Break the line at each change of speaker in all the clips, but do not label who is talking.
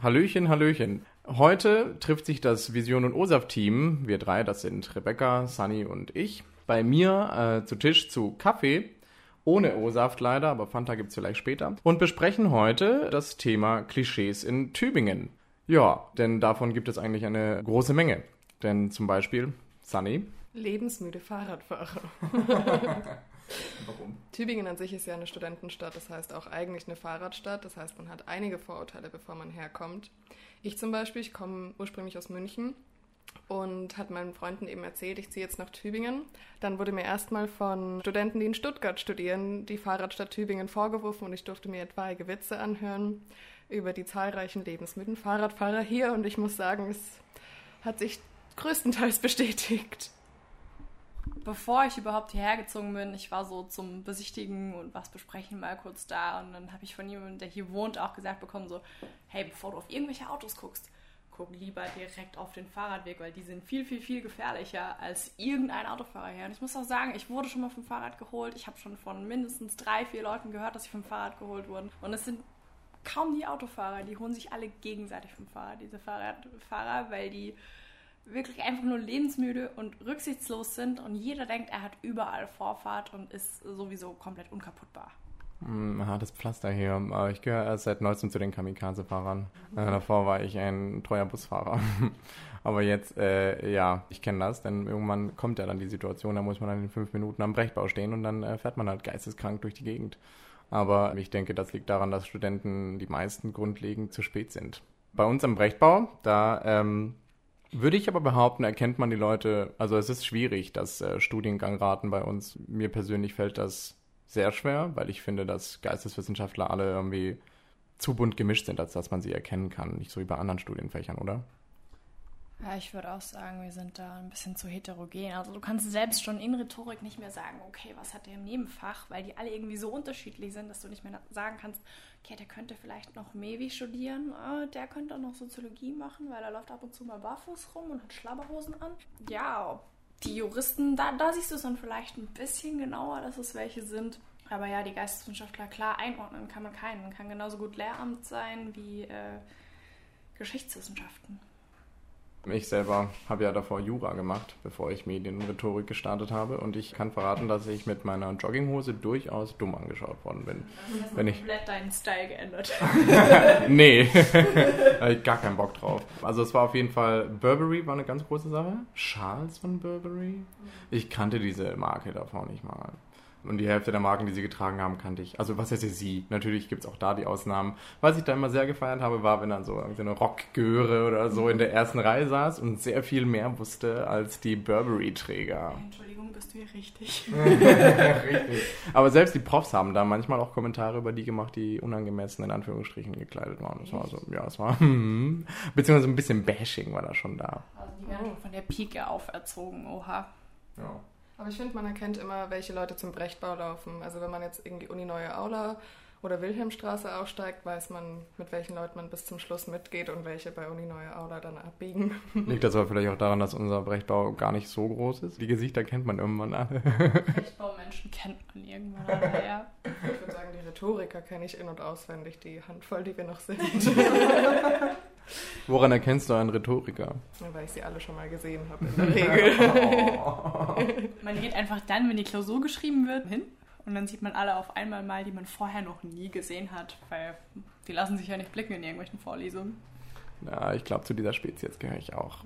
Hallöchen, Hallöchen. Heute trifft sich das Vision- und OSAF-Team, wir drei, das sind Rebecca, Sunny und ich, bei mir zu Tisch zu Kaffee, ohne O-Saft leider, aber Fanta gibt's vielleicht später, und besprechen heute das Thema Klischees in Tübingen. Ja, denn davon gibt es eigentlich eine große Menge. Denn zum Beispiel, Sunny.
Lebensmüde Fahrradfahrer.
Warum?
Tübingen an sich ist ja eine Studentenstadt, das heißt auch eigentlich eine Fahrradstadt. Das heißt, man hat einige Vorurteile, bevor man herkommt. Ich zum Beispiel, ich komme ursprünglich aus München und hat meinen Freunden eben erzählt, ich ziehe jetzt nach Tübingen. Dann wurde mir erstmal von Studenten, die in Stuttgart studieren, die Fahrradstadt Tübingen vorgeworfen und ich durfte mir etwaige Witze anhören über die zahlreichen lebensmüden Fahrradfahrer hier. Und ich muss sagen, es hat sich größtenteils bestätigt.
Bevor ich überhaupt hierher gezogen bin, ich war so zum Besichtigen und was besprechen mal kurz da und dann habe ich von jemandem, der hier wohnt, auch gesagt bekommen so, hey, bevor du auf irgendwelche Autos guckst, guck lieber direkt auf den Fahrradweg, weil die sind viel, viel, viel gefährlicher als irgendein Autofahrer hier. Und ich muss auch sagen, ich wurde schon mal vom Fahrrad geholt, ich habe schon von mindestens 3-4 Leuten gehört, dass sie vom Fahrrad geholt wurden und es sind kaum die Autofahrer, die holen sich alle gegenseitig vom Fahrrad, diese Fahrradfahrer, weil die wirklich einfach nur lebensmüde und rücksichtslos sind und jeder denkt, er hat überall Vorfahrt und ist sowieso komplett unkaputtbar.
Hartes Pflaster hier. Ich gehöre erst seit neuestem zu den Kamikaze-Fahrern. Davor war ich ein treuer Busfahrer. Aber jetzt, ich kenne das, denn irgendwann kommt ja dann die Situation, da muss man dann in 5 Minuten am Brechbau stehen und dann fährt man halt geisteskrank durch die Gegend. Aber ich denke, das liegt daran, dass Studenten die meisten grundlegend zu spät sind. Bei uns am Brechtbau, da würde ich aber behaupten, erkennt man die Leute, also es ist schwierig, das Studiengangraten bei uns. Mir persönlich fällt das sehr schwer, weil ich finde, dass Geisteswissenschaftler alle irgendwie zu bunt gemischt sind, als dass man sie erkennen kann. Nicht so wie bei anderen Studienfächern, oder?
Ja, ich würde auch sagen, wir sind da ein bisschen zu heterogen. Also du kannst selbst schon in Rhetorik nicht mehr sagen, okay, was hat der im Nebenfach, weil die alle irgendwie so unterschiedlich sind, dass du nicht mehr sagen kannst, okay, der könnte vielleicht noch Mewi studieren, der könnte auch noch Soziologie machen, weil er läuft ab und zu mal barfuß rum und hat Schlabberhosen an. Ja, die Juristen, da siehst du es dann vielleicht ein bisschen genauer, dass es welche sind. Aber ja, die Geisteswissenschaftler, klar, einordnen kann man keinen. Man kann genauso gut Lehramt sein wie Geschichtswissenschaften.
Ich selber habe ja davor Jura gemacht, bevor ich Medien und Rhetorik gestartet habe. Und ich kann verraten, dass ich mit meiner Jogginghose durchaus dumm angeschaut worden bin.
Also hast du komplett deinen Style geändert.
Nee, da habe ich gar keinen Bock drauf. Also es war auf jeden Fall, Burberry war eine ganz große Sache. Schals von Burberry. Ich kannte diese Marke davor nicht mal. Und die Hälfte der Marken, die sie getragen haben, kannte ich. Also was heißt sie? Natürlich gibt es auch da die Ausnahmen. Was ich da immer sehr gefeiert habe, war, wenn dann so eine Rockgöre oder so in der ersten Reihe saß und sehr viel mehr wusste als die Burberry-Träger.
Entschuldigung, bist du hier richtig?
Richtig. Aber selbst die Profs haben da manchmal auch Kommentare über die gemacht, die unangemessen in Anführungsstrichen gekleidet waren. Das war so, ja, es war beziehungsweise ein bisschen Bashing war da schon da.
Also die werden schon von der Pike auferzogen, oha.
Ja.
Aber ich finde, man erkennt immer, welche Leute zum Brechtbau laufen. Also wenn man jetzt irgendwie Uni Neue Aula oder Wilhelmstraße aufsteigt, weiß man, mit welchen Leuten man bis zum Schluss mitgeht und welche bei Uni Neue Aula dann abbiegen.
Liegt das aber vielleicht auch daran, dass unser Brechtbau gar nicht so groß ist? Die Gesichter kennt man irgendwann alle.
Brechtbaumenschen kennt man irgendwann alle, ja.
Ich würde sagen, die Rhetoriker kenne ich in- und auswendig, die Handvoll, die wir noch sind.
Woran erkennst du einen Rhetoriker?
Weil ich sie alle schon mal gesehen habe in der Regel.
Man geht einfach dann, wenn die Klausur geschrieben wird, hin und dann sieht man alle auf einmal mal, die man vorher noch nie gesehen hat, weil die lassen sich ja nicht blicken in irgendwelchen Vorlesungen.
Ja, ich glaube, zu dieser Spezies gehöre ich auch.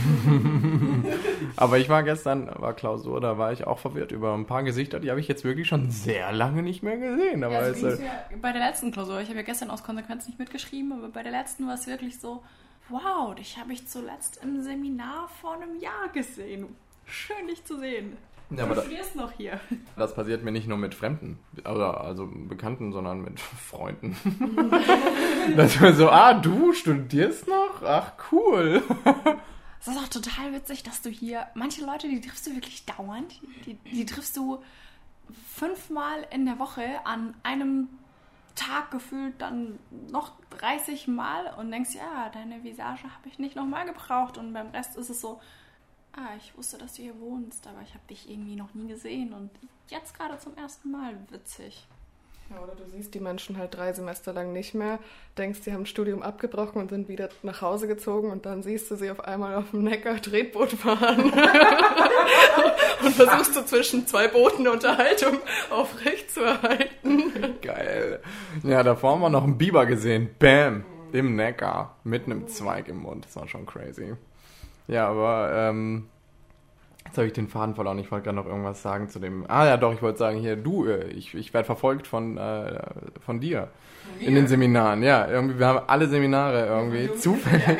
Aber ich war Klausur, da war ich auch verwirrt über ein paar Gesichter, die habe ich jetzt wirklich schon sehr lange nicht mehr gesehen. Aber
also bei der letzten Klausur, ich habe ja gestern aus Konsequenz nicht mitgeschrieben, aber bei der letzten war es wirklich so, wow, dich habe ich zuletzt im Seminar vor einem Jahr gesehen. Schön, dich zu sehen.
Ja,
du studierst noch hier.
Das passiert mir nicht nur mit Fremden, also Bekannten, sondern mit Freunden. Dass man so, du studierst noch? Ach, cool.
Es ist auch total witzig, dass du hier, manche Leute, die triffst du wirklich dauernd, die triffst du 5-mal in der Woche an einem Tag gefühlt dann noch 30 Mal und denkst, ja, deine Visage habe ich nicht nochmal gebraucht und beim Rest ist es so, ich wusste, dass du hier wohnst, aber ich habe dich irgendwie noch nie gesehen und jetzt gerade zum ersten Mal. Witzig.
Ja, oder du siehst die Menschen halt 3 Semester lang nicht mehr, denkst, sie haben ein Studium abgebrochen und sind wieder nach Hause gezogen und dann siehst du sie auf einmal auf dem Neckar Tretboot fahren und versuchst du zwischen 2 Booten eine Unterhaltung aufrechtzuerhalten.
Geil. Ja, davor haben wir noch einen Biber gesehen. Bam! Im Neckar. Mit einem Zweig im Mund. Das war schon crazy. Ja, aber, jetzt habe ich den Faden verloren. Ich wollte gerade noch irgendwas sagen zu dem... Ah ja, doch, ich wollte sagen, hier, ich werde verfolgt von dir. In den Seminaren. Ja, irgendwie, wir haben alle Seminare irgendwie zufällig.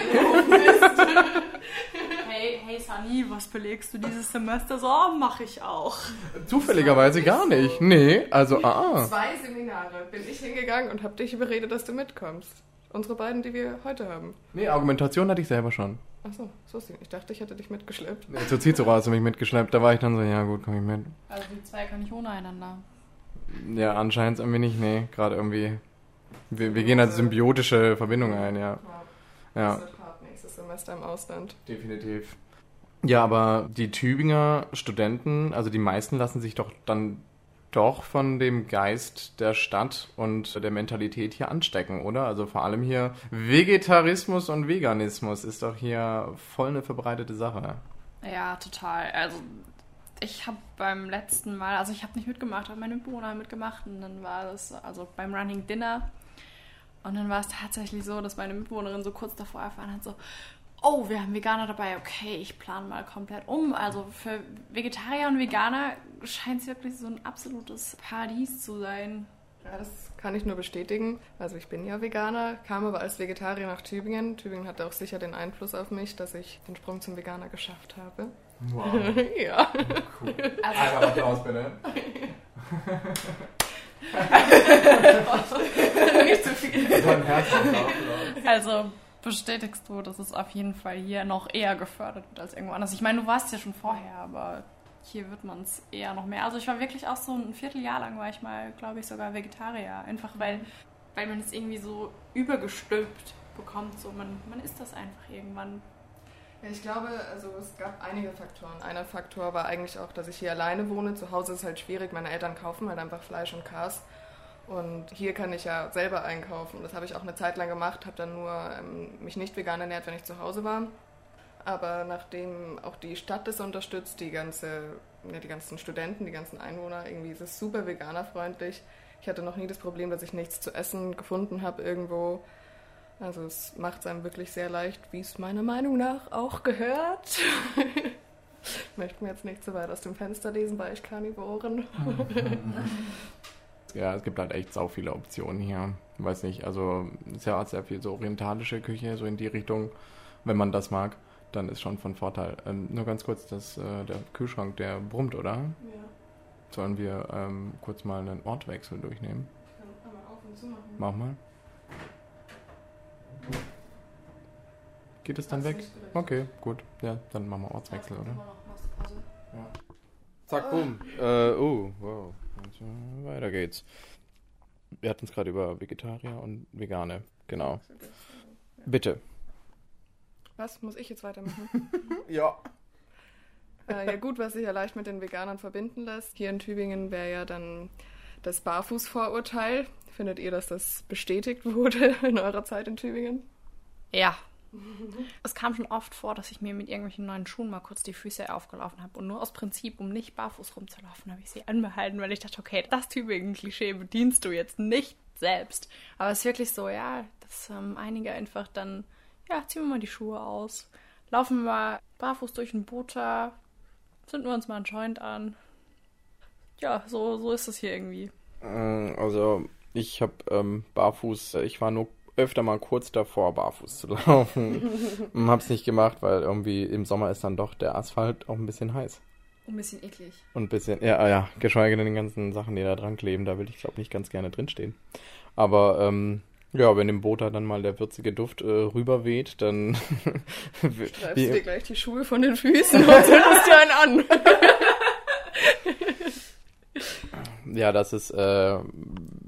Hey Sunny, was belegst du dieses Semester? So, mache ich auch.
Zufälligerweise gar nicht. Nee, also
2 Seminare bin ich hingegangen und habe dich überredet, dass du mitkommst. Unsere beiden, die wir heute haben.
Nee, Argumentation hatte ich selber schon.
Achso, so ist die. Ich dachte, ich hätte dich mitgeschleppt.
Nee, zur Cicero hast du mich mitgeschleppt. Da war ich dann so, ja gut, komm ich mit.
Also die 2 kann nicht ohne einander.
Ja, anscheinend irgendwie nicht, nee. Gerade irgendwie... Wir gehen als symbiotische Verbindung ein, ja. Ja.
Das wird hart nächstes Semester im Ausland.
Definitiv. Ja, aber die Tübinger Studenten, also die meisten lassen sich doch von dem Geist der Stadt und der Mentalität hier anstecken, oder? Also vor allem hier Vegetarismus und Veganismus ist doch hier voll eine verbreitete Sache.
Ja, total. Also ich habe beim letzten Mal, also ich habe nicht mitgemacht, aber meine Mitbewohner haben mitgemacht und dann war das, also beim Running Dinner und dann war es tatsächlich so, dass meine Mitbewohnerin so kurz davor erfahren hat, so, oh, wir haben Veganer dabei, okay, ich plane mal komplett um. Also für Vegetarier und Veganer scheint es wirklich so ein absolutes Paradies zu sein.
Ja, das kann ich nur bestätigen. Also ich bin ja Veganer, kam aber als Vegetarier nach Tübingen. Tübingen hatte auch sicher den Einfluss auf mich, dass ich den Sprung zum Veganer geschafft habe.
Wow.
Ja.
Cool. Also Applaus bitte.
Nicht zu viel.
So ein Herzapplaus.
Also bestätigst du, dass es auf jeden Fall hier noch eher gefördert wird als irgendwo anders? Ich meine, du warst ja schon vorher, aber hier wird man es eher noch mehr. Also ich war wirklich auch so ein Vierteljahr lang, war ich mal, glaube ich, sogar Vegetarier. Einfach weil man es irgendwie so übergestülpt bekommt. So, man isst das einfach irgendwann.
Ja, ich glaube, also es gab einige Faktoren. Einer Faktor war eigentlich auch, dass ich hier alleine wohne. Zu Hause ist es halt schwierig. Meine Eltern kaufen halt einfach Fleisch und Käse. Und hier kann ich ja selber einkaufen. Das habe ich auch eine Zeit lang gemacht, habe dann nur mich nicht vegan ernährt, wenn ich zu Hause war. Aber nachdem auch die Stadt das unterstützt, die ganzen Studenten, die ganzen Einwohner, irgendwie ist es super veganerfreundlich. Ich hatte noch nie das Problem, dass ich nichts zu essen gefunden habe irgendwo. Also es macht es einem wirklich sehr leicht, wie es meiner Meinung nach auch gehört. Ich möchte mir jetzt nicht so weit aus dem Fenster lesen bei euch Karnivoren.
Ja, es gibt halt echt sau viele Optionen hier. Ich weiß nicht, also es ist ja auch sehr viel so orientalische Küche, so in die Richtung. Wenn man das mag, dann ist schon von Vorteil. Nur ganz kurz, der Kühlschrank, der brummt, oder?
Ja.
Sollen wir kurz mal einen Ortwechsel durchnehmen?
Ich kann einmal auf und zu machen.
Mach mal. Geht es dann
Das ist
weg?
nicht direkt.
Okay, gut. Ja, dann machen wir Ortswechsel, oder? Ja. Zack,
Ah.
bumm. Wow. Und weiter geht's. Wir hatten es gerade über Vegetarier und Vegane. Genau. Bitte.
Was? Muss ich jetzt weitermachen?
Ja.
Ja gut, was sich ja leicht mit den Veganern verbinden lässt. Hier in Tübingen wäre ja dann das Barfußvorurteil. Findet ihr, dass das bestätigt wurde in eurer Zeit in Tübingen?
Ja. Es kam schon oft vor, dass ich mir mit irgendwelchen neuen Schuhen mal kurz die Füße aufgelaufen habe. Und nur aus Prinzip, um nicht barfuß rumzulaufen, habe ich sie anbehalten, weil ich dachte, okay, das Tübingen-Klischee bedienst du jetzt nicht selbst. Aber es ist wirklich so, ja, dass einige einfach dann, ja, ziehen wir mal die Schuhe aus, laufen wir barfuß durch den Butter, zünden wir uns mal einen Joint an. Ja, so ist es hier irgendwie.
Also, ich habe barfuß, ich war nur öfter mal kurz davor, barfuß zu laufen. Hab's nicht gemacht, weil irgendwie im Sommer ist dann doch der Asphalt auch ein bisschen heiß.
Ein bisschen eklig.
Und ein bisschen, ja, geschweige denn die ganzen Sachen, die da dran kleben, da will ich, glaube ich, nicht ganz gerne drinstehen. Aber, ja, wenn im Boot dann mal der würzige Duft rüberweht, dann...
Schreibst du dir gleich die Schuhe von den Füßen und zündest dir einen an.
Ja, das ist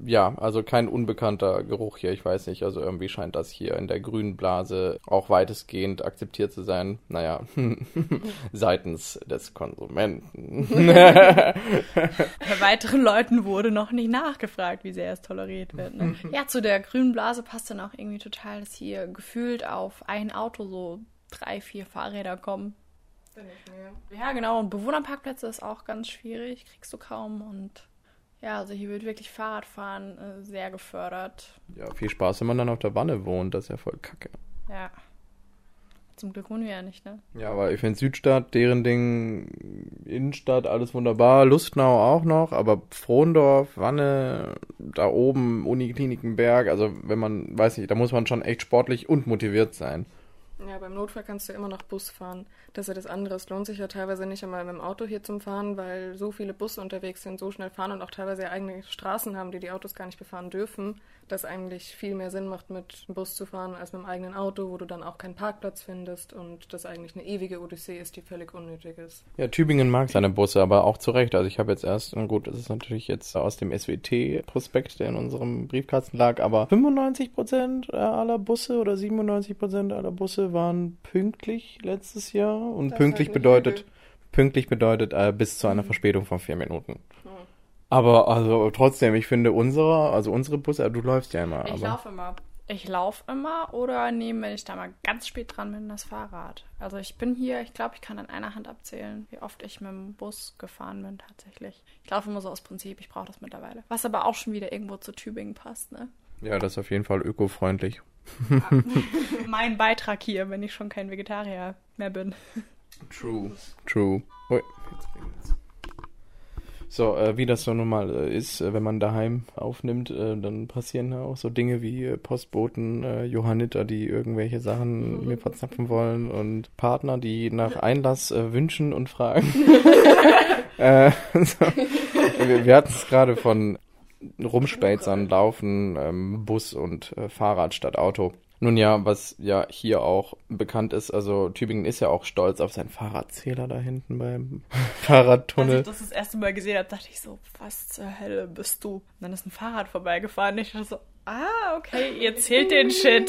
ja, also kein unbekannter Geruch hier, ich weiß nicht, also irgendwie scheint das hier in der grünen Blase auch weitestgehend akzeptiert zu sein, naja, seitens des Konsumenten.
Bei weiteren Leuten wurde noch nicht nachgefragt, wie sehr es toleriert wird. Ne? Ja, zu der grünen Blase passt dann auch irgendwie total, dass hier gefühlt auf ein Auto so 3, 4 Fahrräder kommen.
Bin ich mir.
Ja, genau, und Bewohnerparkplätze ist auch ganz schwierig, kriegst du kaum und ja, also hier wird wirklich Fahrradfahren sehr gefördert.
Ja, viel Spaß, wenn man dann auf der Wanne wohnt, das ist ja voll kacke.
Ja. Zum Glück wohnen wir ja nicht, ne?
Ja, aber ich finde Südstadt, deren Ding, Innenstadt, alles wunderbar, Lustenau auch noch, aber Frohndorf, Wanne, da oben, Uniklinikenberg, also wenn man, weiß nicht, da muss man schon echt sportlich und motiviert sein.
Ja, beim Notfall kannst du immer noch Bus fahren. Das ist ja das andere. Es lohnt sich ja teilweise nicht einmal mit dem Auto hier zum Fahren, weil so viele Busse unterwegs sind, so schnell fahren und auch teilweise ja eigene Straßen haben, die die Autos gar nicht befahren dürfen, dass eigentlich viel mehr Sinn macht, mit dem Bus zu fahren, als mit dem eigenen Auto, wo du dann auch keinen Parkplatz findest und das eigentlich eine ewige Odyssee ist, die völlig unnötig ist.
Ja, Tübingen mag seine Busse, aber auch zu Recht. Also ich habe jetzt erst, na gut, das ist natürlich jetzt aus dem SWT-Prospekt, der in unserem Briefkasten lag, aber 95% aller Busse oder 97% aller Busse waren pünktlich letztes Jahr und
Das
pünktlich
ist halt nicht
pünktlich bedeutet bis zu einer Verspätung von 4 Minuten. Aber also trotzdem, ich finde unsere Busse, du läufst ja immer.
Ich laufe immer oder nehme, wenn ich da mal ganz spät dran bin, das Fahrrad. Also ich bin hier, ich glaube, ich kann an einer Hand abzählen, wie oft ich mit dem Bus gefahren bin tatsächlich. Ich laufe immer so aus Prinzip, ich brauche das mittlerweile. Was aber auch schon wieder irgendwo zu Tübingen passt, ne?
Ja, das ist auf jeden Fall ökofreundlich.
Ja. Mein Beitrag hier, wenn ich schon kein Vegetarier mehr bin.
True. Ui, jetzt klingelt's. So, wie das so nun mal ist, wenn man daheim aufnimmt, dann passieren ja auch so Dinge wie Postboten, Johanniter, die irgendwelche Sachen mir verzapfen wollen und Partner, die nach Einlass wünschen und fragen. So. Wir hatten es gerade von Rumspätzern, Laufen, Bus und Fahrrad statt Auto. Nun ja, was ja hier auch bekannt ist, also Tübingen ist ja auch stolz auf seinen Fahrradzähler da hinten beim Fahrradtunnel.
Als ich das erste Mal gesehen habe, dachte ich so, was zur Hölle bist du? Und dann ist ein Fahrrad vorbeigefahren und ich dachte so, okay, ihr zählt den Shit.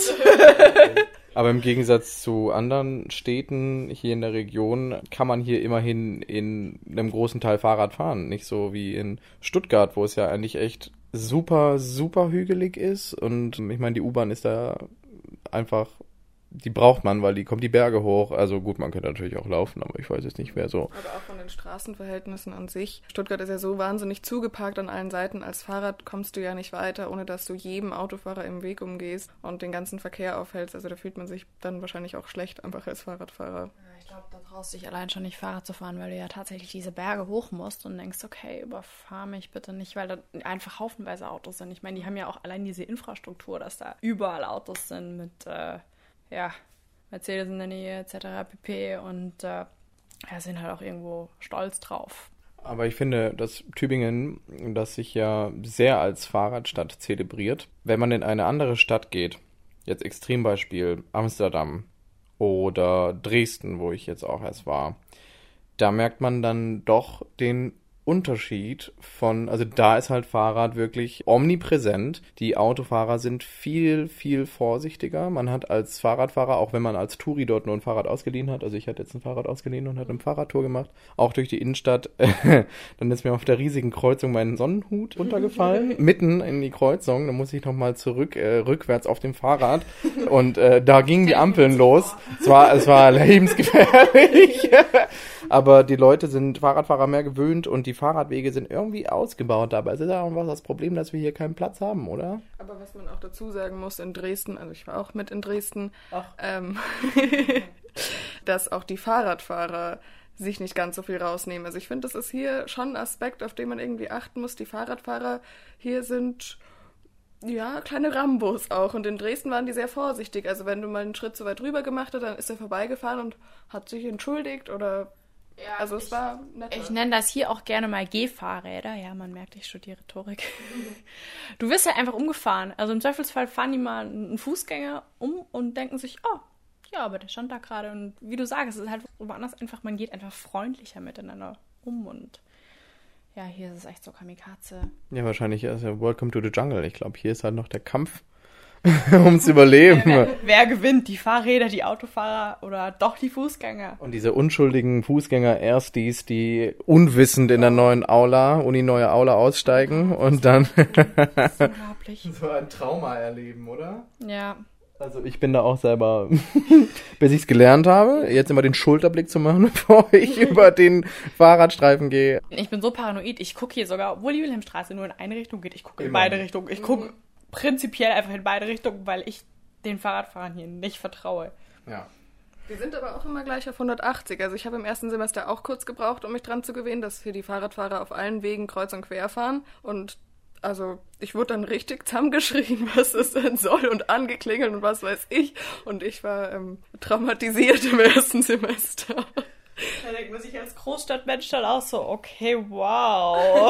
Aber im Gegensatz zu anderen Städten hier in der Region kann man hier immerhin in einem großen Teil Fahrrad fahren. Nicht so wie in Stuttgart, wo es ja eigentlich echt super, super hügelig ist. Und ich meine, die U-Bahn ist da einfach, die braucht man, weil die kommt die Berge hoch. Also gut, man könnte natürlich auch laufen, aber ich weiß jetzt nicht, wer so.
Aber auch von den Straßenverhältnissen an sich. Stuttgart ist ja so wahnsinnig zugeparkt an allen Seiten. Als Fahrrad kommst du ja nicht weiter, ohne dass du jedem Autofahrer im Weg umgehst und den ganzen Verkehr aufhältst. Also da fühlt man sich dann wahrscheinlich auch schlecht einfach als Fahrradfahrer.
Ich glaube, da traust du dich allein schon nicht Fahrrad zu fahren, weil du ja tatsächlich diese Berge hoch musst und denkst, okay, überfahr mich bitte nicht, weil da einfach haufenweise Autos sind. Ich meine, die haben ja auch allein diese Infrastruktur, dass da überall Autos sind mit, Mercedes in der Nähe etc. pp. Und sind halt auch irgendwo stolz drauf.
Aber ich finde, dass Tübingen, das sich ja sehr als Fahrradstadt zelebriert, wenn man in eine andere Stadt geht, jetzt Extrembeispiel Amsterdam oder Dresden, wo ich jetzt auch erst war, da merkt man dann doch den Unterschied von, also da ist halt Fahrrad wirklich omnipräsent. Die Autofahrer sind viel, viel vorsichtiger. Man hat als Fahrradfahrer, auch wenn man als Touri dort nur ein Fahrrad ausgeliehen hat, also ich hatte jetzt ein Fahrrad ausgeliehen und hatte eine Fahrradtour gemacht, auch durch die Innenstadt, dann ist mir auf der riesigen Kreuzung mein Sonnenhut runtergefallen, mitten in die Kreuzung, dann muss ich nochmal rückwärts auf dem Fahrrad und da gingen die Ampeln los. Es war lebensgefährlich. Aber die Leute sind Fahrradfahrer mehr gewöhnt und die Fahrradwege sind irgendwie ausgebaut. Aber es ist ja auch das Problem, dass wir hier keinen Platz haben, oder?
Aber was man auch dazu sagen muss, in Dresden, also ich war auch mit in Dresden, dass auch die Fahrradfahrer sich nicht ganz so viel rausnehmen. Also ich finde, das ist hier schon ein Aspekt, auf den man irgendwie achten muss. Die Fahrradfahrer hier sind ja kleine Rambos auch. Und in Dresden waren die sehr vorsichtig. Also wenn du mal einen Schritt zu weit rüber gemacht hast, dann ist er vorbeigefahren und hat sich entschuldigt oder... Ja, also es war nett.
Ich nenne das hier auch gerne mal Gehfahrräder. Ja, man merkt, ich studiere Rhetorik. Du wirst ja einfach umgefahren. Also im Zweifelsfall fahren die mal einen Fußgänger um und denken sich, oh, ja, aber der stand da gerade. Und wie du sagst, es ist halt woanders einfach, man geht einfach freundlicher miteinander um. Und Ja, hier ist es echt so Kamikaze.
Ja, wahrscheinlich ist ja Welcome to the Jungle. Ich glaube, hier ist halt noch der Kampf ums Überleben.
Wer gewinnt? Die Fahrräder, die Autofahrer oder doch die Fußgänger?
Und diese unschuldigen Fußgänger-Erstis, die unwissend in der neue Aula aussteigen und dann
Das ist unglaublich.
so ein Trauma erleben, oder?
Ja.
Also ich bin da auch selber, bis ich es gelernt habe, jetzt immer den Schulterblick zu machen, bevor ich über den Fahrradstreifen gehe.
Ich bin so paranoid, ich gucke hier sogar, obwohl die Wilhelmstraße nur in eine Richtung geht, ich gucke in
Immer.
beide Richtungen. Ich gucke prinzipiell einfach in beide Richtungen, weil ich den Fahrradfahrern hier nicht vertraue.
Ja.
Wir sind aber auch immer gleich auf 180. Also ich habe im ersten Semester auch kurz gebraucht, um mich dran zu gewöhnen, dass hier die Fahrradfahrer auf allen Wegen kreuz und quer fahren. Und also ich wurde dann richtig zusammengeschrien, was das denn soll und angeklingelt und was weiß ich. Und ich war traumatisiert im ersten Semester.
Da denkt man sich als Großstadtmensch dann auch so, okay, wow.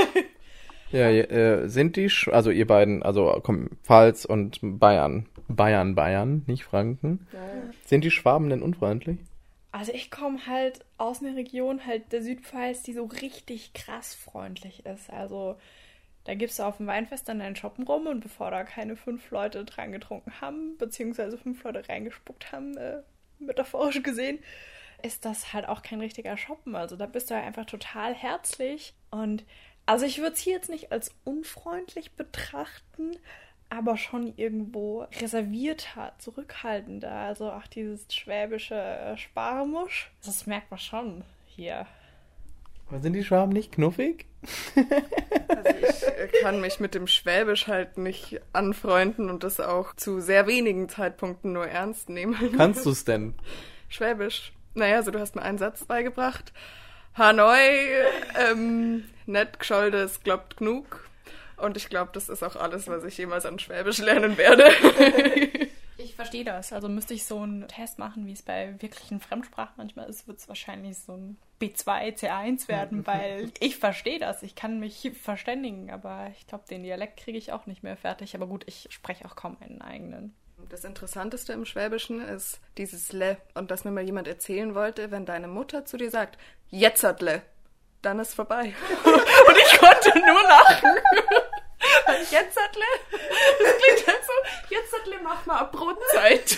Ja, sind die, also ihr beiden, also Pfalz und Bayern, nicht Franken, sind die Schwaben denn unfreundlich?
Also ich komme halt aus einer Region, halt der Südpfalz, die so richtig krass freundlich ist. Also da gibst du auf dem Weinfest dann deinen Shoppen rum und bevor da keine 5 Leute dran getrunken haben, beziehungsweise 5 Leute reingespuckt haben, metaphorisch gesehen, ist das halt auch kein richtiger Shoppen. Also da bist du halt einfach total herzlich. Und also ich würde es hier jetzt nicht als unfreundlich betrachten, aber schon irgendwo reservierter, zurückhaltender. Also auch dieses schwäbische Sparmusch, das merkt man schon hier.
Aber sind die Schwaben nicht knuffig?
Also ich kann mich mit dem Schwäbisch halt nicht anfreunden und das auch zu sehr wenigen Zeitpunkten nur ernst nehmen.
Kannst du es denn?
Schwäbisch. Naja, also du hast mir einen Satz beigebracht. Hanoi, nett gescholdes, glaubt genug. Und ich glaube, das ist auch alles, was ich jemals an Schwäbisch lernen werde.
Ich verstehe das. Also müsste ich so einen Test machen, wie es bei wirklichen Fremdsprachen manchmal ist, wird es wahrscheinlich so ein B2, C1 werden, weil ich verstehe das. Ich kann mich verständigen, aber ich glaube, den Dialekt kriege ich auch nicht mehr fertig. Aber gut, ich spreche auch kaum einen eigenen.
Das Interessanteste im Schwäbischen ist dieses Le. Und dass mir mal jemand erzählen wollte, wenn deine Mutter zu dir sagt, jetzt hat Le, dann ist vorbei. Und ich konnte nur lachen. Jetzt hat Le, das klingt halt so, jetzt hat Le, mach mal Brotzeit.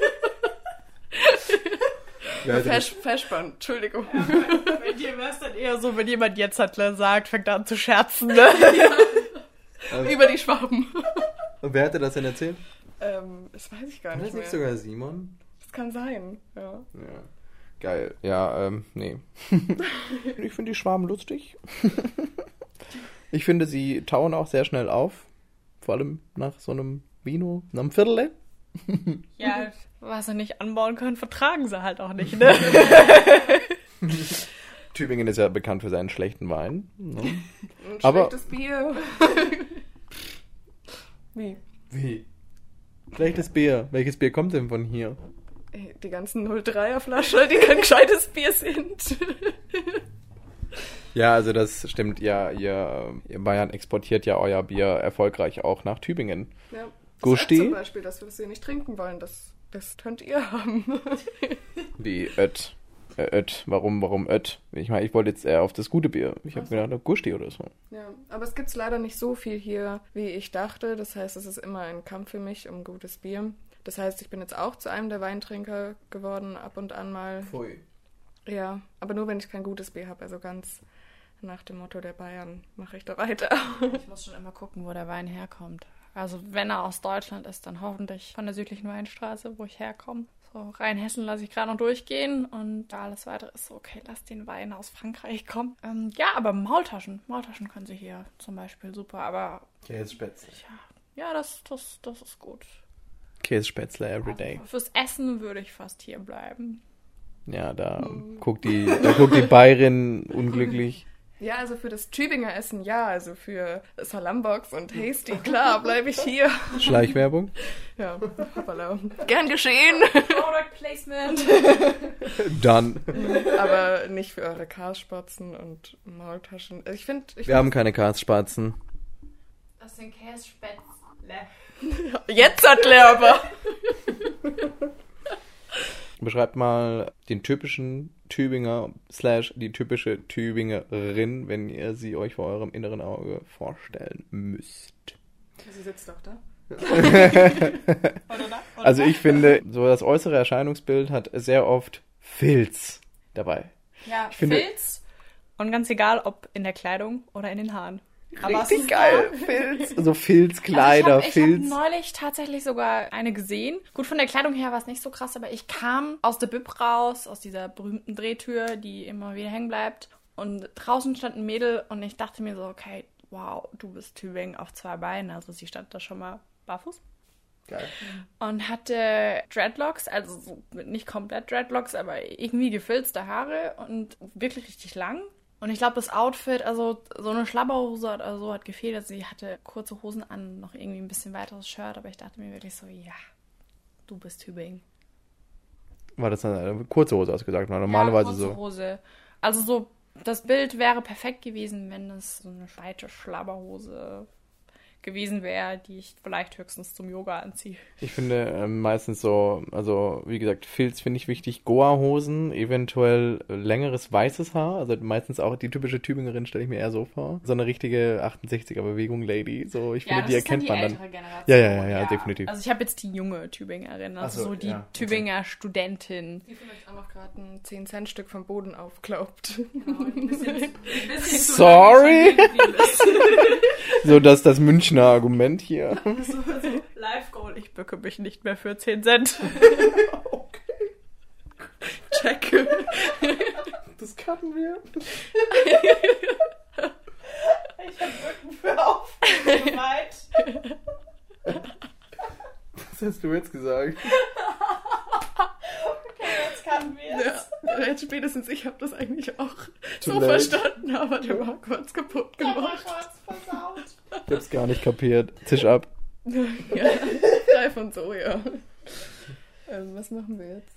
Verspann, Entschuldigung.
Ja, bei dir wäre es dann eher so, wenn jemand jetzt Hatler sagt, fängt an zu scherzen. Ne?
Ja. Über die Schwaben.
Und wer hatte das denn erzählt?
Das weiß ich gar
War
nicht
das nicht
mehr.
sogar Simon?
Das kann sein, ja.
Ja. Geil. Ja, nee. Ich finde die Schwaben lustig. Ich finde, sie tauen auch sehr schnell auf. Vor allem nach so einem Vino, nach einem Viertel.
Ja, was sie nicht anbauen können, vertragen sie halt auch nicht, ne?
Tübingen ist ja bekannt für seinen schlechten Wein. Ne?
Ein
Aber-
schlechtes Bier. Wie?
Wie? Schlechtes Bier. Welches Bier kommt denn von hier?
Die ganzen 03er Flasche, die kein gescheites Bier sind.
Ja, also das stimmt. Ja, ihr Bayern exportiert ja euer Bier erfolgreich auch nach Tübingen.
Ja.
Gusti?
Zum Beispiel, dass wir das hier nicht trinken wollen, das könnt ihr haben.
Wie Ött. Warum Ött? Ich meine, ich wollte jetzt eher auf das gute Bier. Ich habe gedacht, Gusti oder so.
Ja, aber es gibt leider nicht so viel hier, wie ich dachte. Das heißt, es ist immer ein Kampf für mich um gutes Bier. Das heißt, ich bin jetzt auch zu einem der Weintrinker geworden, ab und an mal.
Pfui.
Ja, aber nur, wenn ich kein gutes Bier habe. Also ganz nach dem Motto der Bayern mache ich da weiter.
Ich muss schon immer gucken, wo der Wein herkommt. Also wenn er aus Deutschland ist, dann hoffentlich von der südlichen Weinstraße, wo ich herkomme. So Rheinhessen lasse ich gerade noch durchgehen und alles weitere ist so, okay, lass den Wein aus Frankreich kommen. Ja, aber Maultaschen können sie hier zum Beispiel super, aber
Kässpätzle.
ja, das ist gut.
Kässpätzle everyday.
Also fürs Essen würde ich fast hier bleiben.
Ja, da guckt die Bayerin unglücklich.
Ja, also für das Tübinger Essen ja, also für Salambox und Hasty, klar, bleibe ich hier.
Schleichwerbung?
Ja, hoppala. Gern geschehen.
Product Placement.
Dann.
Aber nicht für eure Karspatzen und Maultaschen. Ich finde...
Wir haben keine Karspatzen.
Das sind Kässpätzle.
Jetzt hat Lehrer aber.
Beschreibt mal den typischen Tübinger / die typische Tübingerin, wenn ihr sie euch vor eurem inneren Auge vorstellen müsst.
Sie sitzt doch da.
Also ich finde, so das äußere Erscheinungsbild hat sehr oft Filz dabei.
Ja,
Ich finde-
Filz. Und ganz egal, ob in der Kleidung oder in den Haaren. Aber
Richtig
es ist
geil, Filz. So Filzkleider,
also ich hab
Filz.
neulich tatsächlich sogar eine gesehen. Gut, von der Kleidung her war es nicht so krass, aber ich kam aus der Bib raus, aus dieser berühmten Drehtür, die immer wieder hängen bleibt. Und draußen stand ein Mädel und ich dachte mir so, okay, wow, du bist Tübingen auf 2 Beinen. Also sie stand da schon mal barfuß.
Geil.
Und hatte Dreadlocks, also so nicht komplett Dreadlocks, aber irgendwie gefilzte Haare und wirklich richtig lang. Und ich glaube, das Outfit, also so eine Schlabberhose oder so hat gefehlt. Also sie hatte kurze Hosen an, noch irgendwie ein bisschen weiteres Shirt, aber ich dachte mir wirklich so, ja, du bist Tübingen.
War das eine kurze Hose ausgesagt? Normalerweise
kurze
so.
Hose. Also so, das Bild wäre perfekt gewesen, wenn es so eine weite Schlabberhose gewesen wäre, die ich vielleicht höchstens zum Yoga anziehe.
Ich finde meistens so, also wie gesagt, Filz finde ich wichtig, Goa-Hosen, eventuell längeres weißes Haar, also meistens auch die typische Tübingerin stelle ich mir eher so vor. So eine richtige 68er-Bewegung-Lady, so ich finde, die erkennt man dann. Ja, definitiv.
Also ich habe jetzt die junge Tübingerin, also
Ach so,
so die
ja, okay.
Tübinger Studentin.
Die vielleicht auch noch gerade ein 10-Cent-Stück vom Boden aufklaubt.
Sorry? So, das Münchner Argument hier.
Live Goal, ich bücke mich nicht mehr für 10 Cent.
Okay.
Check.
Das cutten wir.
Ich hab Bücken für aufgeweiht.
Was hast du jetzt gesagt?
Okay, jetzt kann wir
Ja, jetzt spätestens ich habe das eigentlich auch
Too
so
late.
verstanden, aber der war kurz kaputt gemacht.
Ich hab's gar nicht kapiert. Zisch ab.
Ja, Reif und Soja. Was machen wir jetzt?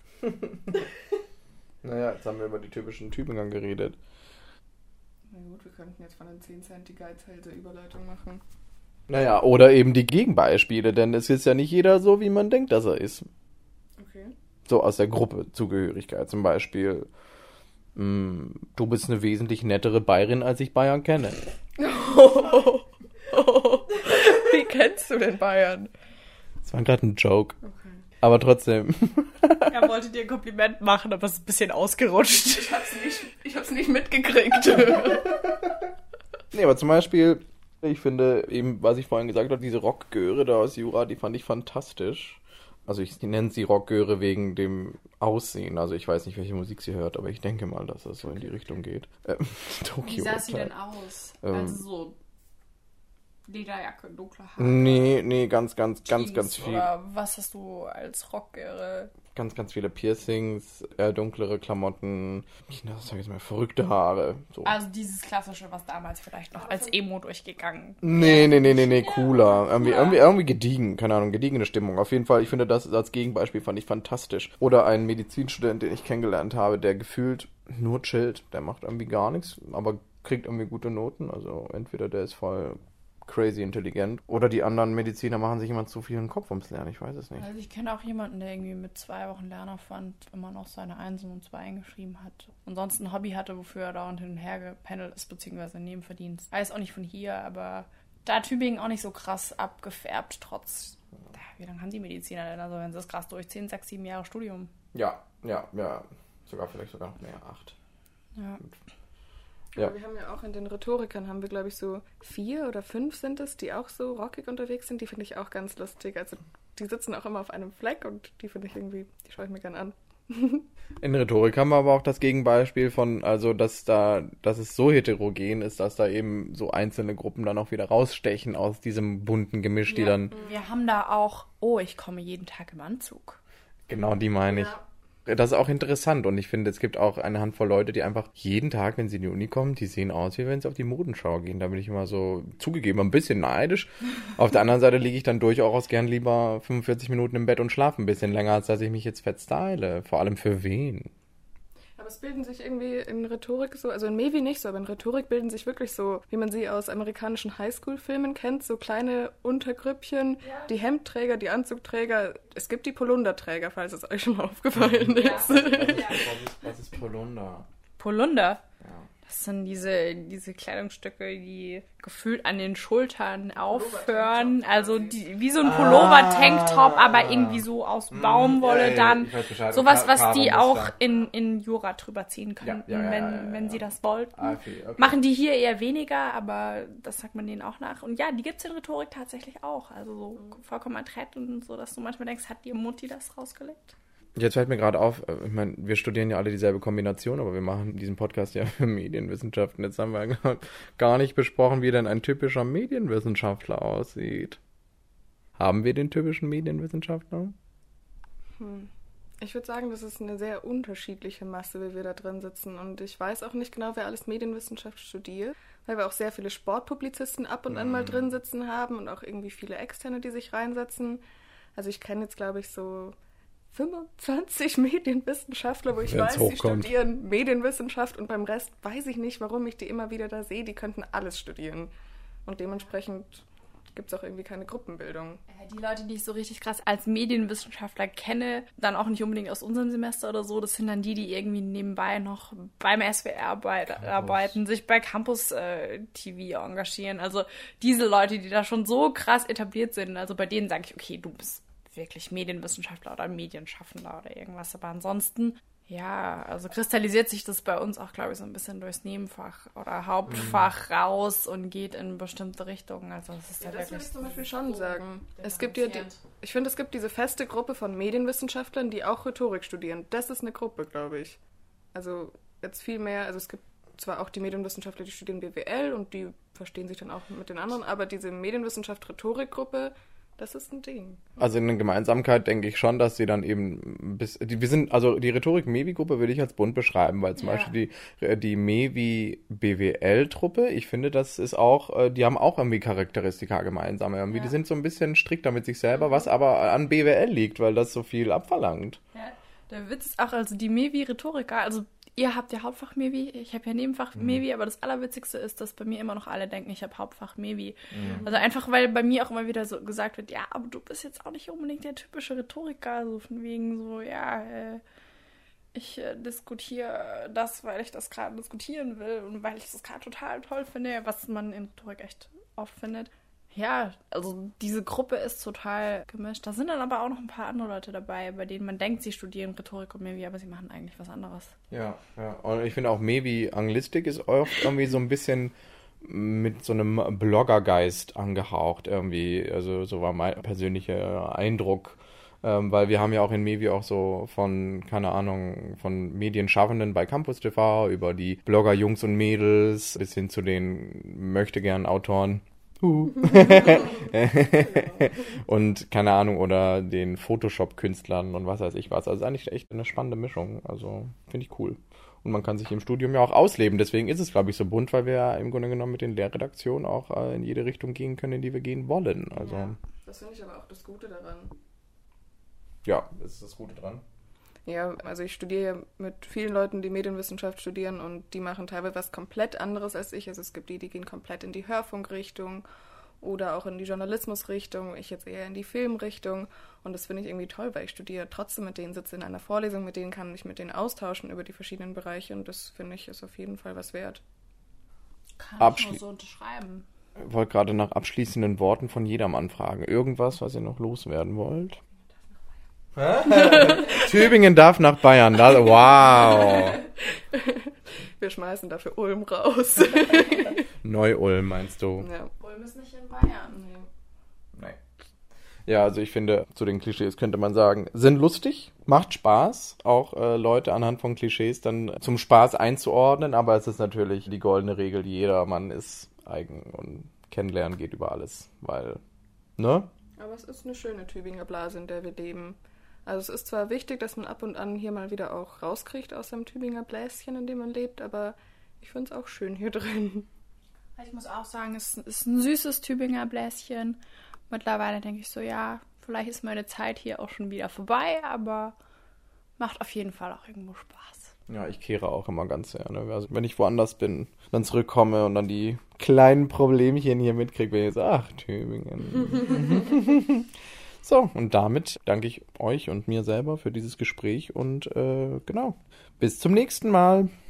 Naja, jetzt haben wir über die typischen Tübinger geredet.
Na gut, wir könnten jetzt von den 10 Cent die Geizhälse Überleitung machen.
Naja, oder eben die Gegenbeispiele, denn es ist ja nicht jeder so, wie man denkt, dass er ist.
Okay.
So aus der Gruppe Zugehörigkeit zum Beispiel. Du bist eine wesentlich nettere Bayerin, als ich Bayern kenne.
Wie kennst du denn Bayern?
Das war gerade ein Joke.
Okay.
Aber trotzdem.
Er wollte dir ein Kompliment machen, aber es ist ein bisschen ausgerutscht.
Ich hab's nicht mitgekriegt.
Nee, aber zum Beispiel, ich finde eben, was ich vorhin gesagt habe, diese Rockgöre da aus Jura, die fand ich fantastisch. Also ich nenne sie Rockgöre wegen dem Aussehen. Also ich weiß nicht, welche Musik sie hört, aber ich denke mal, dass das so in die Richtung geht.
Wie
Tokio.
sah sie
klar.
denn aus? Also so Lederjacke, dunkle Haare.
Nee, ganz
Jeans
viel.
Oder was hast du als Rockgöre?
Ganz viele Piercings, dunklere Klamotten, das sag ich jetzt mal, verrückte Haare. So.
Also dieses klassische, was damals vielleicht noch als Emo durchgegangen.
Nee, cooler. Irgendwie gediegen, keine Ahnung, gediegene Stimmung. Auf jeden Fall, ich finde das als Gegenbeispiel fand ich fantastisch. Oder ein Medizinstudent, den ich kennengelernt habe, der gefühlt nur chillt. Der macht irgendwie gar nichts, aber kriegt irgendwie gute Noten. Also entweder der ist voll crazy intelligent oder die anderen Mediziner machen sich immer zu viel in den Kopf ums Lernen. Ich weiß es nicht.
Also ich kenne auch jemanden, der irgendwie mit 2 Wochen Lernaufwand immer noch seine 1 und 2 geschrieben hat. Und sonst ein Hobby hatte, wofür er dauernd hin und her gependelt ist, beziehungsweise Nebenverdienst. Er ist auch nicht von hier, aber da Tübingen auch nicht so krass abgefärbt, trotz, wie lange haben die Mediziner denn? Also wenn sie das krass durchziehen, 6, 7 Jahre Studium.
Ja. Vielleicht sogar noch mehr, 8.
Ja.
Ja.
Aber wir haben ja auch in den Rhetorikern, haben wir glaube ich so 4 oder 5 sind es, die auch so rockig unterwegs sind. Die finde ich auch ganz lustig. Also die sitzen auch immer auf einem Fleck und die finde ich irgendwie, die schaue ich mir gerne an.
In Rhetorik haben wir aber auch das Gegenbeispiel von, also dass es so heterogen ist, dass da eben so einzelne Gruppen dann auch wieder rausstechen aus diesem bunten Gemisch, die dann...
Wir haben da auch, ich komme jeden Tag im Anzug.
Genau, die meine ich.
Ja.
Das ist auch interessant und ich finde, es gibt auch eine Handvoll Leute, die einfach jeden Tag, wenn sie in die Uni kommen, die sehen aus, wie wenn sie auf die Modenschau gehen. Da bin ich immer so zugegeben, ein bisschen neidisch. Auf der anderen Seite liege ich dann durchaus gern lieber 45 Minuten im Bett und schlafe ein bisschen länger, als dass ich mich jetzt fett style. Vor allem für wen?
Aber es bilden sich irgendwie in Rhetorik so, also in Mevi nicht so, aber in Rhetorik bilden sich wirklich so, wie man sie aus amerikanischen Highschool-Filmen kennt, so kleine Untergrüppchen, die Hemdträger, die Anzugträger. Es gibt die Polunderträger, falls es euch schon mal aufgefallen ist.
Was ist Polunder?
Polunder?
Ja.
Das sind diese Kleidungsstücke, die gefühlt an den Schultern aufhören. Also wie so ein Pullover-Tanktop, aber irgendwie so aus Baumwolle dann. Sowas, was die auch in Jura drüber ziehen könnten, wenn sie das wollten.
Okay.
Machen die hier eher weniger, aber das sagt man denen auch nach. Und ja, die gibt es in Rhetorik tatsächlich auch. Also so vollkommen adrett und so, dass du manchmal denkst, hat die Mutti das rausgelegt?
Jetzt fällt mir gerade auf, ich meine, wir studieren ja alle dieselbe Kombination, aber wir machen diesen Podcast ja für Medienwissenschaften. Jetzt haben wir gar nicht besprochen, wie denn ein typischer Medienwissenschaftler aussieht. Haben wir den typischen Medienwissenschaftler?
Ich würde sagen, das ist eine sehr unterschiedliche Masse, wie wir da drin sitzen. Und ich weiß auch nicht genau, wer alles Medienwissenschaft studiert, weil wir auch sehr viele Sportpublizisten ab und an mal drin sitzen haben und auch irgendwie viele Externe, die sich reinsetzen. Also ich kenne jetzt, glaube ich, so 25 Medienwissenschaftler, wo ich weiß, die studieren Medienwissenschaft und beim Rest weiß ich nicht, warum ich die immer wieder da sehe. Die könnten alles studieren. Und dementsprechend gibt es auch irgendwie keine Gruppenbildung.
Die Leute, die ich so richtig krass als Medienwissenschaftler kenne, dann auch nicht unbedingt aus unserem Semester oder so, das sind dann die irgendwie nebenbei noch beim SWR arbeiten, sich bei Campus TV engagieren. Also diese Leute, die da schon so krass etabliert sind, also bei denen sage ich, okay, du bist wirklich Medienwissenschaftler oder Medienschaffender oder irgendwas. Aber ansonsten, ja, also kristallisiert sich das bei uns auch, glaube ich, so ein bisschen durchs Nebenfach oder Hauptfach raus und geht in bestimmte Richtungen. Also das ist ja
das
wirklich
würde ich zum Beispiel schon sagen. Es gibt ja ich finde, es gibt diese feste Gruppe von Medienwissenschaftlern, die auch Rhetorik studieren. Das ist eine Gruppe, glaube ich. Also jetzt viel mehr, also es gibt zwar auch die Medienwissenschaftler, die studieren BWL und die verstehen sich dann auch mit den anderen, aber diese Medienwissenschaft-Rhetorik-Gruppe, das ist ein Ding.
Also in der Gemeinsamkeit denke ich schon, dass sie dann eben die Rhetorik-Mevi-Gruppe würde ich als bunt beschreiben, weil zum Beispiel die Mevi-BWL-Truppe, ich finde, das ist auch, die haben auch irgendwie Charakteristika gemeinsam. Irgendwie. Die sind so ein bisschen strikter mit sich selber, was aber an BWL liegt, weil das so viel abverlangt.
Ja, der Witz ist auch, also die Mevi-Rhetoriker, also ihr habt ja Hauptfach Mevi, ich habe ja Nebenfach Mevi, aber das Allerwitzigste ist, dass bei mir immer noch alle denken, ich habe Hauptfach Mevi. Also einfach, weil bei mir auch immer wieder so gesagt wird, ja, aber du bist jetzt auch nicht unbedingt der typische Rhetoriker, so von wegen so, ja, ich diskutiere das, weil ich das gerade diskutieren will und weil ich das gerade total toll finde, was man in Rhetorik echt oft findet. Ja, also diese Gruppe ist total gemischt. Da sind dann aber auch noch ein paar andere Leute dabei, bei denen man denkt, sie studieren Rhetorik und Mevi, aber sie machen eigentlich was anderes.
Ja. Und ich finde auch Mevi-Anglistik ist oft irgendwie so ein bisschen mit so einem Bloggergeist angehaucht irgendwie. Also so war mein persönlicher Eindruck. Weil wir haben ja auch in Mevi auch so von Medienschaffenden bei Campus TV über die Blogger-Jungs und Mädels bis hin zu den Möchtegern-Autoren. Und keine Ahnung, oder den Photoshop-Künstlern und was weiß ich was. Also eigentlich echt eine spannende Mischung. Also finde ich cool. Und man kann sich im Studium ja auch ausleben. Deswegen ist es, glaube ich, so bunt, weil wir ja im Grunde genommen mit den Lehrredaktionen auch in jede Richtung gehen können, in die wir gehen wollen. Also,
ja, das finde ich aber auch das Gute daran.
Ja, das ist das Gute dran.
Ja, also ich studiere mit vielen Leuten, die Medienwissenschaft studieren und die machen teilweise was komplett anderes als ich. Also es gibt die gehen komplett in die Hörfunkrichtung oder auch in die Journalismusrichtung, ich jetzt eher in die Filmrichtung und das finde ich irgendwie toll, weil ich studiere trotzdem mit denen, sitze in einer Vorlesung, mit denen kann ich mit denen austauschen über die verschiedenen Bereiche und das finde ich ist auf jeden Fall was wert.
Kann ich nur so unterschreiben.
Ich wollte gerade nach abschließenden Worten von jedermann fragen. Irgendwas, was ihr noch loswerden wollt? Tübingen darf nach Bayern. Wow.
Wir schmeißen dafür Ulm raus.
Neu-Ulm meinst du?
Ja.
Ulm ist nicht in Bayern.
Nein. Ja, also ich finde, zu den Klischees könnte man sagen, sind lustig, macht Spaß, auch Leute anhand von Klischees dann zum Spaß einzuordnen, aber es ist natürlich die goldene Regel, jeder Mann ist eigen und kennenlernen geht über alles, weil, ne?
Aber es ist eine schöne Tübinger Blase, in der wir leben. Also es ist zwar wichtig, dass man ab und an hier mal wieder auch rauskriegt aus seinem Tübinger Bläschen, in dem man lebt, aber ich finde es auch schön hier drin.
Ich muss auch sagen, es ist ein süßes Tübinger Bläschen. Mittlerweile denke ich so, ja, vielleicht ist meine Zeit hier auch schon wieder vorbei, aber macht auf jeden Fall auch irgendwo Spaß.
Ja, ich kehre auch immer ganz gerne. Also wenn ich woanders bin, dann zurückkomme und dann die kleinen Problemchen hier mitkriege, bin ich so, ach, Tübingen. So, und damit danke ich euch und mir selber für dieses Gespräch und genau, bis zum nächsten Mal.